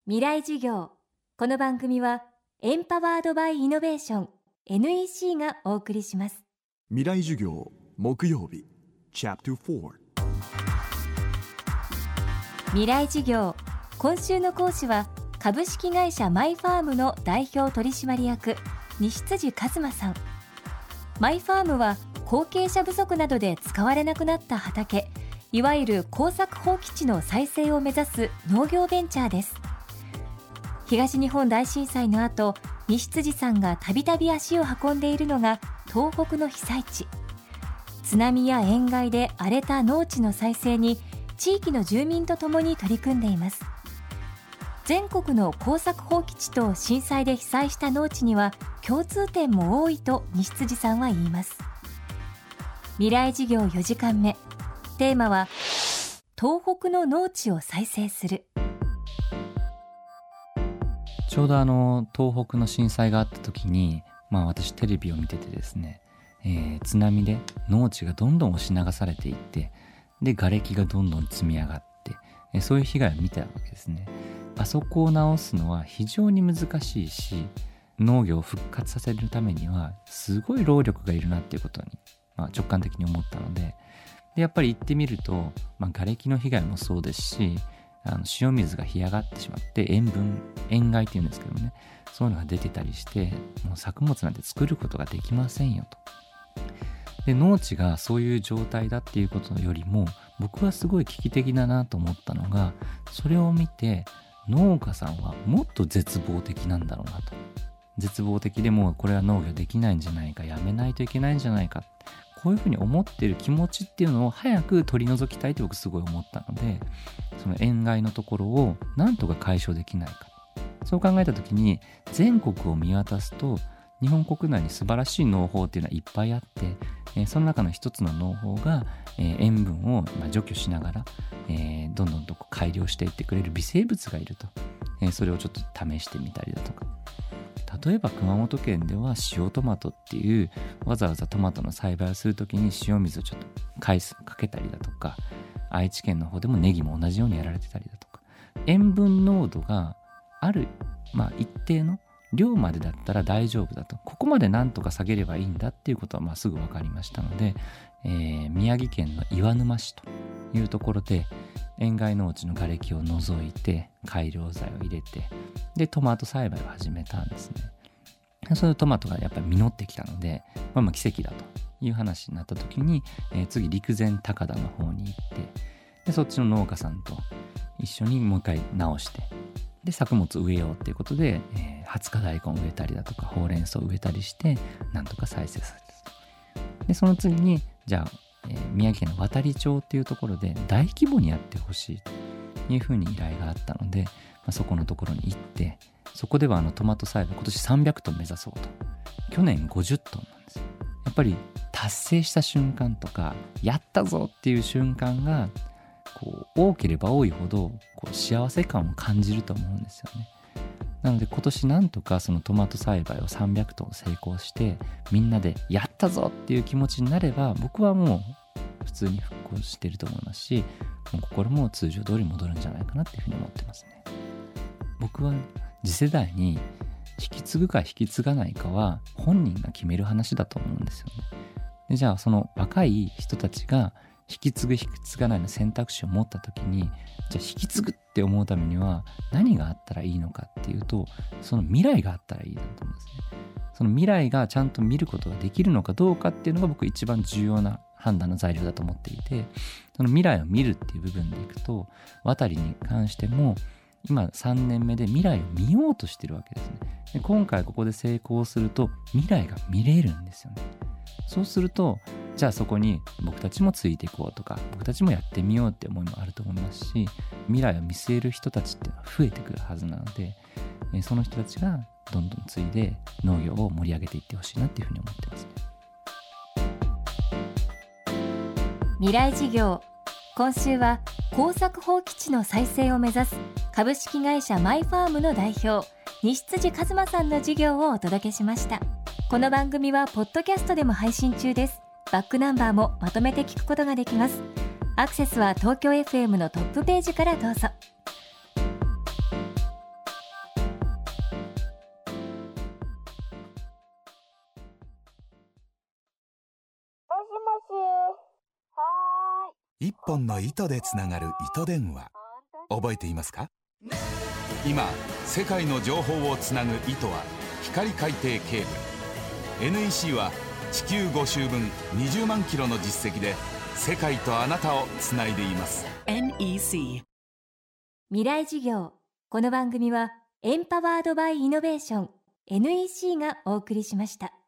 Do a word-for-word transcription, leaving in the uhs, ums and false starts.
未来授業。この番組はエンパワードバイイノベーション エヌイーシー がお送りします。 未来授業木曜日チャプターフォー。 未来授業。今週の講師は株式会社マイファームの代表取締役西辻一馬さん。マイファームは後継者不足などで使われなくなった畑、いわゆる耕作放棄地の再生を目指す農業ベンチャーです。東日本大震災の後、西辻さんがたびたび足を運んでいるのが東北の被災地。津波や塩害で荒れた農地の再生に地域の住民とともに取り組んでいます。全国の耕作放棄地と震災で被災した農地には共通点も多いと西辻さんは言います。未来事業よじかんめ、テーマは東北の農地を再生する。 ちょうどあの東北の震災があった時に、まあ私テレビを見ててですね、えー、津波で農地がどんどん押し流されていって、で瓦礫がどんどん積み上がって、えー、そういう被害を見たわけですね。あそこを直すのは非常に難しいし、農業を復活させるためにはすごい労力がいるなっていうことに、まあ、直感的に思ったので、でやっぱり行ってみると、まあ、瓦礫の被害もそうですし、あの塩水が干上がってしまって塩分塩害っていうんですけどね、そういうのが出てたりして、もう作物なんて作ることができませんよと。で農地がそういう状態だっていうことよりも、僕はすごい危機的だなと思ったのが、それを見て農家さんはもっと絶望的なんだろうなと。絶望的で、もうこれは農業できないんじゃないか、やめないといけないんじゃないか、こういうふうに思っている気持ちっていうのを早く取り除きたいと僕すごい思ったので、その塩害のところをなんとか解消できないか、そう考えた時に全国を見渡すと日本国内に素晴らしい農法っていうのはいっぱいあって、えー、その中の一つの農法が、えー、塩分をまあ除去しながら、えー、どんどんと改良していってくれる微生物がいると、えー、それをちょっと試してみたりだとか、例えば熊本県では塩トマトっていうわざわざトマトの栽培をするときに塩水をちょっと回数かけたりだとか、愛知県の方でもネギも同じようにやられてたりだとか、塩分濃度がある、まあ、一定の量までだったら大丈夫だと、ここまでなんとか下げればいいんだっていうことはまあすぐ分かりましたので、えー、宮城県の岩沼市というところで塩害農地の瓦礫を除いて改良剤を入れて、でトマト栽培を始めたんですね。そういうトマトがやっぱり実ってきたので、まあ、まあ奇跡だという話になった時に、えー、次陸前高田の方に行って、でそっちの農家さんと一緒にもう一回直して、で作物植えようっていうことで、えー、はつか大根植えたりだとかほうれん草植えたりしてなんとか再生させて、でその次にじゃあ、えー、宮城県の渡里町っていうところで大規模にやってほしいというふうに依頼があったので、まあ、そこのところに行って、そこではあのトマト栽培今年さんびゃくトン目指そうと、去年ごじゅっトンなんですよ。やっぱり達成した瞬間とかやったぞっていう瞬間がこう多ければ多いほどこう幸せ感を感じると思うんですよね。なので今年なんとかそのトマト栽培をさんびゃくトン成功してみんなでやったぞっていう気持ちになれば、僕はもう普通に復興してると思いますし、もう心も通常通り戻るんじゃないかなっていうふうに思ってますね。僕は次世代に引き継ぐか引き継がないかは本人が決める話だと思うんですよね。でじゃあその若い人たちが引き継ぐ引き継がないの選択肢を持った時に、じゃあ引き継ぐって思うためには何があったらいいのかっていうと、その未来があったらいいなと思うんですね。その未来がちゃんと見ることができるのかどうかっていうのが僕一番重要な判断の材料だと思っていて、その未来を見るっていう部分でいくと、渡りに関しても今さんねんめで未来を見ようとしてるわけですね。で今回ここで成功すると未来が見れるんですよね。そうするとじゃあそこに僕たちもついていこうとか、僕たちもやってみようって思いもあると思いますし、未来を見据える人たちっていうのは増えてくるはずなので、えその人たちがどんどんついで農業を盛り上げていってほしいなっていうふうに思ってますね。 未来事業。今週は耕作放棄地の再生を目指す株式会社マイファームの代表西辻一馬さんの授業をお届けしました。この番組はポッドキャストでも配信中です。バックナンバーもまとめて聞くことができます。アクセスは東京 エフエム のトップページからどうぞ。 一本の糸でつながる糸電話、覚えていますか？今世界の情報をつなぐ糸は光海底ケーブル。 エヌイーシー は地球ご周分にじゅうまんキロの実績で世界とあなたをつないでいます。 エヌイーシー未来事業。この番組はエンパワードバイイノベーション エヌイーシー がお送りしました。